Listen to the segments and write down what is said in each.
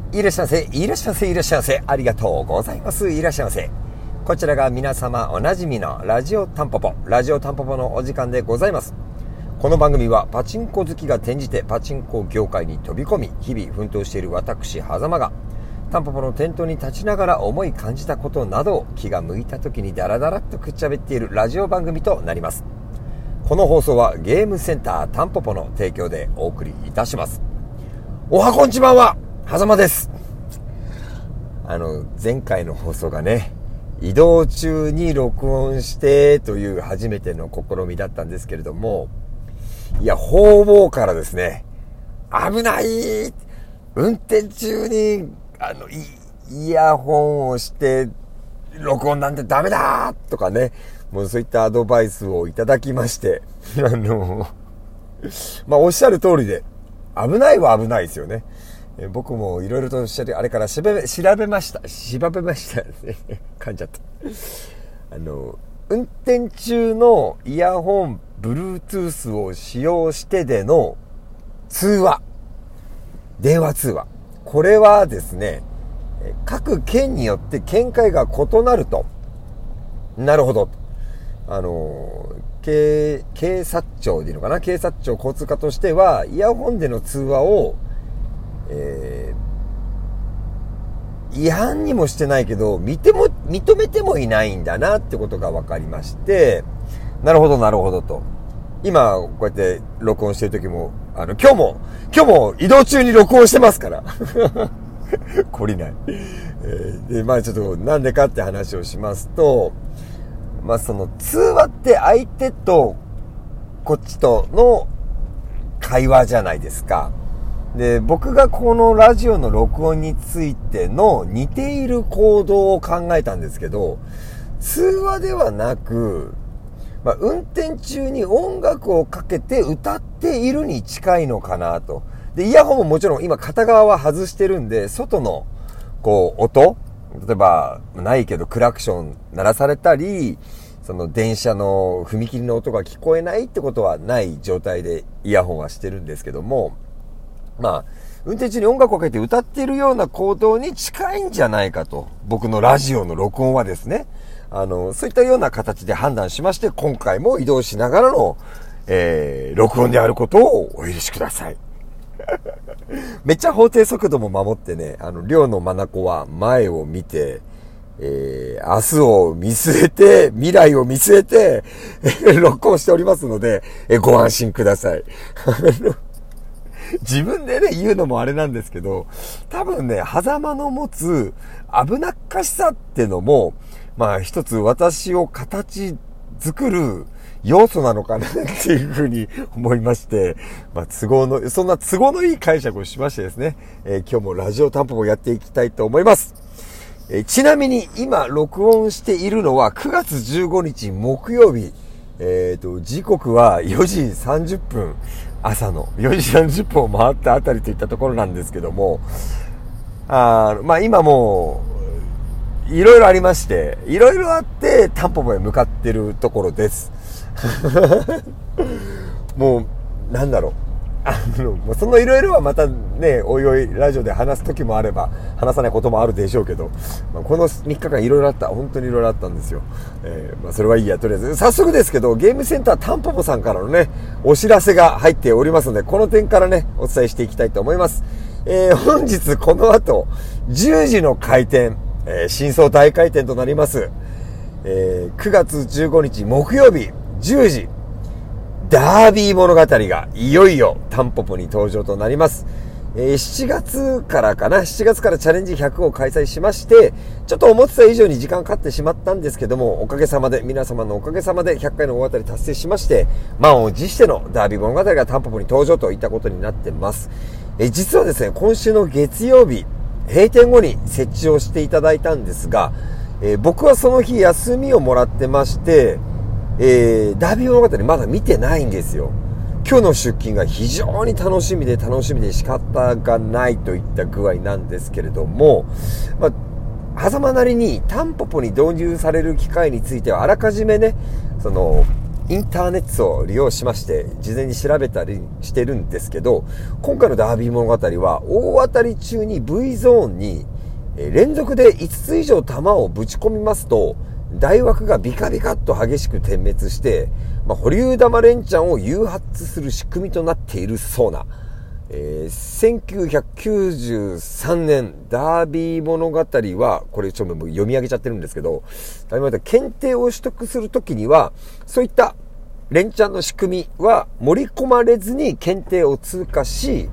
いらっしゃいませ、いらっしゃいませ、いらっしゃいませ。ありがとうございます。いらっしゃいませ。こちらが皆様おなじみのラジオタンポポのお時間でございます。この番組はパチンコ好きが転じてパチンコ業界に飛び込み、日々奮闘している私、狭間がタンポポの店頭に立ちながら思い感じたことなどを気が向いた時にダラダラっとくっちゃべっているラジオ番組となります。この放送はゲームセンタータンポポの提供でお送りいたします。おはこんちばんは、狭間です。前回の放送がね、移動中に録音してという初めての試みだったんですけれども、いや、方々からですね、危ない、運転中にイヤホンをして録音なんてダメだとかね、もうそういったアドバイスをいただきまして、おっしゃる通りで、危ないは危ないですよね。僕もいろいろとあれから調べましたね。噛んじゃった。運転中のイヤホン、Bluetooth を使用してでの電話通話。これはですね、各県によって見解が異なると。なるほど。警察庁でいいのかな、警察庁交通課としては、イヤホンでの通話を、違反にもしてないけど、認めてもいないんだなってことが分かりまして、なるほどと。今、こうやって録音してる時も、今日も移動中に録音してますから。懲りない。で、ちょっとなんでかって話をしますと、その通話って相手とこっちとの会話じゃないですか。で、僕がこのラジオの録音についての似ている行動を考えたんですけど、通話ではなく、運転中に音楽をかけて歌っているに近いのかなと。で、イヤホンももちろん今片側は外してるんで、外の音、例えばないけどクラクション鳴らされたり、その電車の踏切の音が聞こえないってことはない状態でイヤホンはしてるんですけども、運転中に音楽をかけて歌っているような行動に近いんじゃないかと、僕のラジオの録音はですね、そういったような形で判断しまして、今回も移動しながらの、録音であることをお許しください。めっちゃ法定速度も守ってね、寮の眼は前を見て、明日を見据えて、未来を見据えて、録音しておりますので、ご安心ください。自分でね、言うのもあれなんですけど、多分ね、狭間の持つ危なっかしさってのも、一つ私を形作る要素なのかなっていうふうに思いまして、そんな都合のいい解釈をしましてですね、今日もラジオタンポポやっていきたいと思います。ちなみに今録音しているのは9月15日木曜日。時刻は4時30分、朝の4時30分を回ったあたりといったところなんですけども、今もう、いろいろありまして、いろいろあって、タンポポへ向かってるところです。もう、なんだろう。そのいろいろはまたね、おいおいラジオで話す時もあれば、話さないこともあるでしょうけど、この3日間いろいろあった。本当にいろいろあったんですよ。それはいいや、とりあえず。早速ですけど、ゲームセンタータンポポさんからのね、お知らせが入っておりますので、この点からね、お伝えしていきたいと思います。本日この後、10時の開店、新装大開店となります。9月15日木曜日、10時。ダービー物語がいよいよタンポポに登場となります。7月からチャレンジ100を開催しまして、ちょっと思ってた以上に時間かかってしまったんですけども、皆様のおかげさまで100回の大当たり達成しまして、満を持してのダービー物語がタンポポに登場といったことになってます。実はですね、今週の月曜日、閉店後に設置をしていただいたんですが、僕はその日休みをもらってまして、ダービー物語まだ見てないんですよ。今日の出勤が非常に楽しみで仕方がないといった具合なんですけれども、狭間なりにタンポポに導入される機械についてはあらかじめね、 インターネットを利用しまして事前に調べたりしてるんですけど、今回のダービー物語は大当たり中に V ゾーンに連続で5つ以上弾をぶち込みますと大枠がビカビカっと激しく点滅して、保留弾連チャンを誘発する仕組みとなっているそうな、1993年ダービー物語は、これちょっと読み上げちゃってるんですけど、検定を取得するときにはそういった連チャンの仕組みは盛り込まれずに検定を通過し、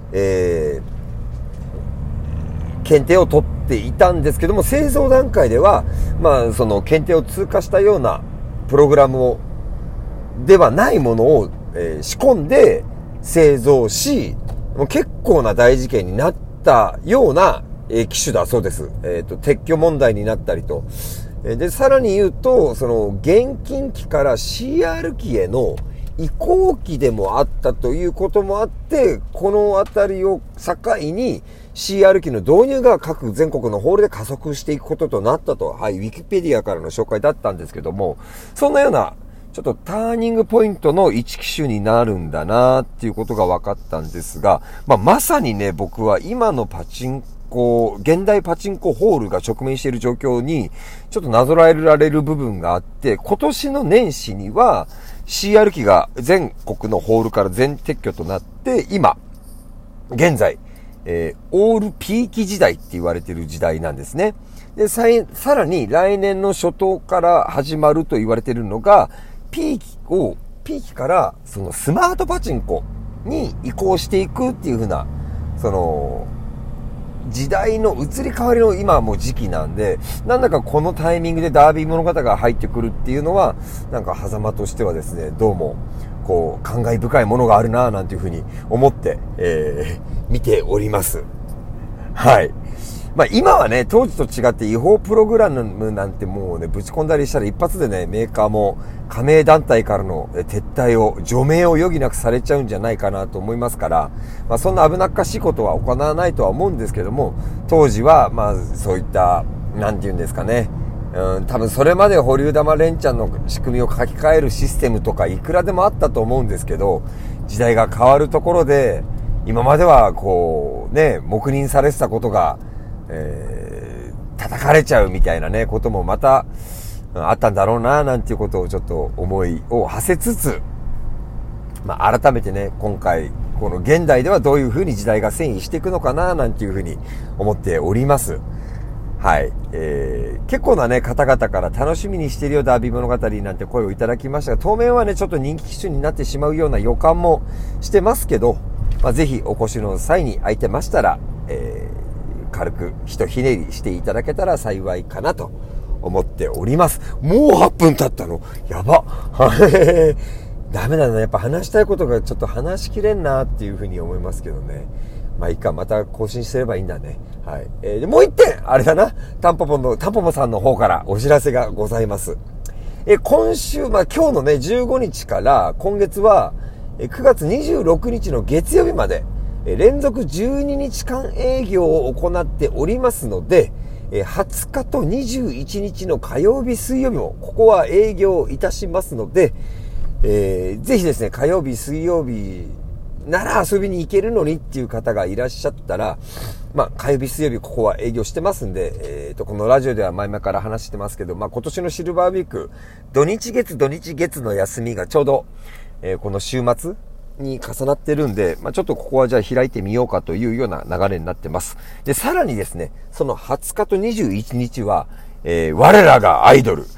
検定を取っていたんですけども、製造段階ではその検定を通過したようなプログラムではないものを、仕込んで製造し、結構な大事件になったような、機種だそうです。撤去問題になったりと。で、さらに言うと、その現金機から CR 機への移行期でもあったということもあって、このあたりを境に CR 機の導入が各全国のホールで加速していくこととなったと、ウィキペディアからの紹介だったんですけども、そんなようなちょっとターニングポイントの一機種になるんだなっていうことが分かったんですが、まさにね、僕は今の現代パチンコホールが直面している状況にちょっとなぞらえられる部分があって、今年の年始には CR 機が全国のホールから全撤去となって、今現在、オールピーキ時代って言われている時代なんですね。で、さらに来年の初頭から始まると言われているのが、ピーキからそのスマートパチンコに移行していくっていう風な、その時代の移り変わりの今はもう時期なんで、なんだかこのタイミングでダービー物語が入ってくるっていうのは、なんか狭間としてはですね、どうもこう感慨深いものがあるなぁなんていう風に思って、見ております。はい。今はね、当時と違って違法プログラムなんてもうね、ぶち込んだりしたら一発でね、メーカーも加盟団体からの撤退を、除名を余儀なくされちゃうんじゃないかなと思いますから、そんな危なっかしいことは行わないとは思うんですけども、当時は、そういった、なんて言うんですかね、多分それまで保留玉連チャンの仕組みを書き換えるシステムとかいくらでもあったと思うんですけど、時代が変わるところで、今まではこう、ね、黙認されてたことが、叩かれちゃうみたいなね、こともまたあったんだろうな、なんていうことをちょっと思いを馳せつつ、改めてね、今回、この現代ではどういう風に時代が遷移していくのかな、なんていう風に思っております。はい。結構なね、方々から楽しみにしているよ、ダービー物語なんて声をいただきましたが、当面はね、ちょっと人気機種になってしまうような予感もしてますけど、ぜひお越しの際に空いてましたら、軽くひとひねりしていただけたら幸いかなと思っております。もう8分経ったの？やば。ダメだな。やっぱ話したいことがちょっと話しきれんなっていうふうに思いますけどね。いいか、また更新すればいいんだね。はい。でもう一点、あれだな。タンポポさんの方からお知らせがございます。今週、今日のね、15日から今月は、9月26日の月曜日まで、連続12日間営業を行っておりますので、20日と21日の火曜日水曜日もここは営業いたしますので、ぜひですね、火曜日水曜日なら遊びに行けるのにっていう方がいらっしゃったら、火曜日水曜日ここは営業してますんで、このラジオでは前々から話してますけど、今年のシルバーウィーク土日月の休みがちょうど、この週末に重なってるんで、ちょっとここはじゃあ開いてみようかというような流れになってます。で、さらにですね、その20日と21日は、我らがアイドル。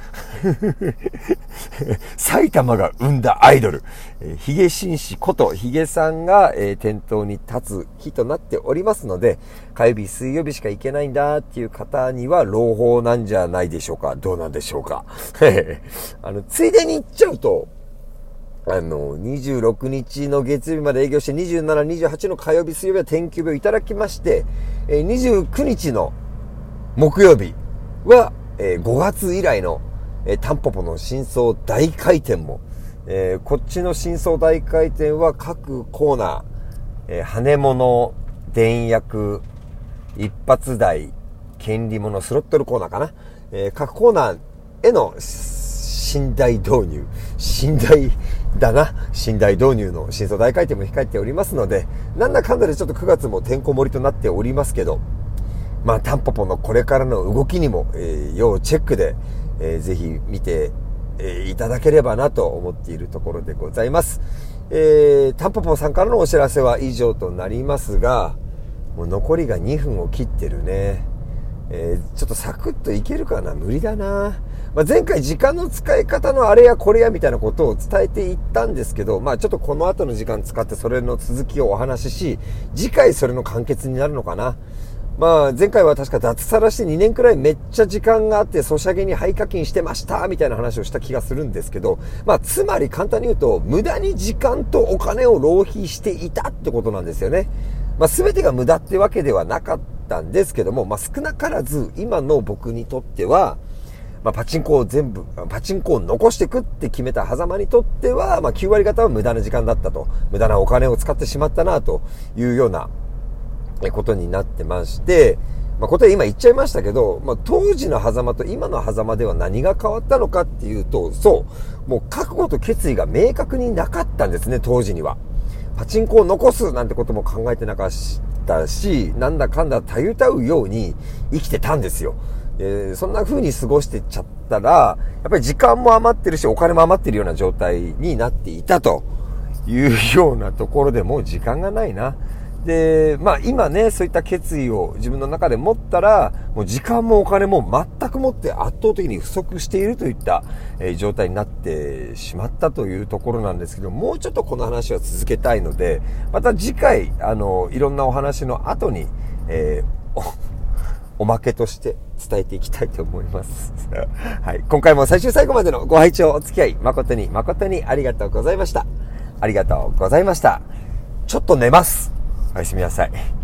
埼玉が生んだアイドル。ヒゲ紳士ことヒゲさんが、店頭に立つ日となっておりますので、火曜日、水曜日しか行けないんだっていう方には朗報なんじゃないでしょうか。どうなんでしょうか。ついでに行っちゃうと、26日の月曜日まで営業して27、28の火曜日、水曜日は天休日をいただきまして、29日の木曜日は、5月以来の、タンポポの新装大回転も、こっちの新装大回転は各コーナー、羽物、電薬、一発台、権利物、スロットルコーナーかな、各コーナーへの寝台導入、寝台だな、寝台導入の新装大回転も控えておりますので、なんだかんだでちょっと9月もてんこ盛りとなっておりますけど、タンポポのこれからの動きにも、要チェックで、ぜひ見て、いただければなと思っているところでございます。タンポポさんからのお知らせは以上となりますが、もう残りが2分を切ってるね。ちょっとサクッといけるかな、無理だな。前回時間の使い方のあれやこれやみたいなことを伝えていったんですけど、ちょっとこの後の時間使ってそれの続きをお話しし、次回それの完結になるのかな。前回は確か脱サラして2年くらいめっちゃ時間があってソシャゲに廃課金してましたみたいな話をした気がするんですけど、つまり簡単に言うと無駄に時間とお金を浪費していたってことなんですよね。全てが無駄ってわけではなかったんですけども、少なからず今の僕にとっては、パチンコを残していくって決めた狭間にとっては、9割方は無駄な時間だったと、無駄なお金を使ってしまったなというようなことになってまして、答え今言っちゃいましたけど、当時の狭間と今の狭間では何が変わったのかっていうと、もう覚悟と決意が明確になかったんですね、当時には。パチンコを残すなんてことも考えてなかったし、なんだかんだたゆたうように生きてたんですよ。そんな風に過ごしてっちゃったら、やっぱり時間も余ってるし、お金も余ってるような状態になっていたというようなところでもう時間がないな。で、今ね、そういった決意を自分の中で持ったら、もう時間もお金も全くもって圧倒的に不足しているといった、状態になってしまったというところなんですけど、もうちょっとこの話は続けたいので、また次回、いろんなお話の後に、おまけとして伝えていきたいと思います。はい。今回も最終最後までのご拝聴お付き合い、誠にありがとうございました。ありがとうございました。ちょっと寝ます。おやすみなさい。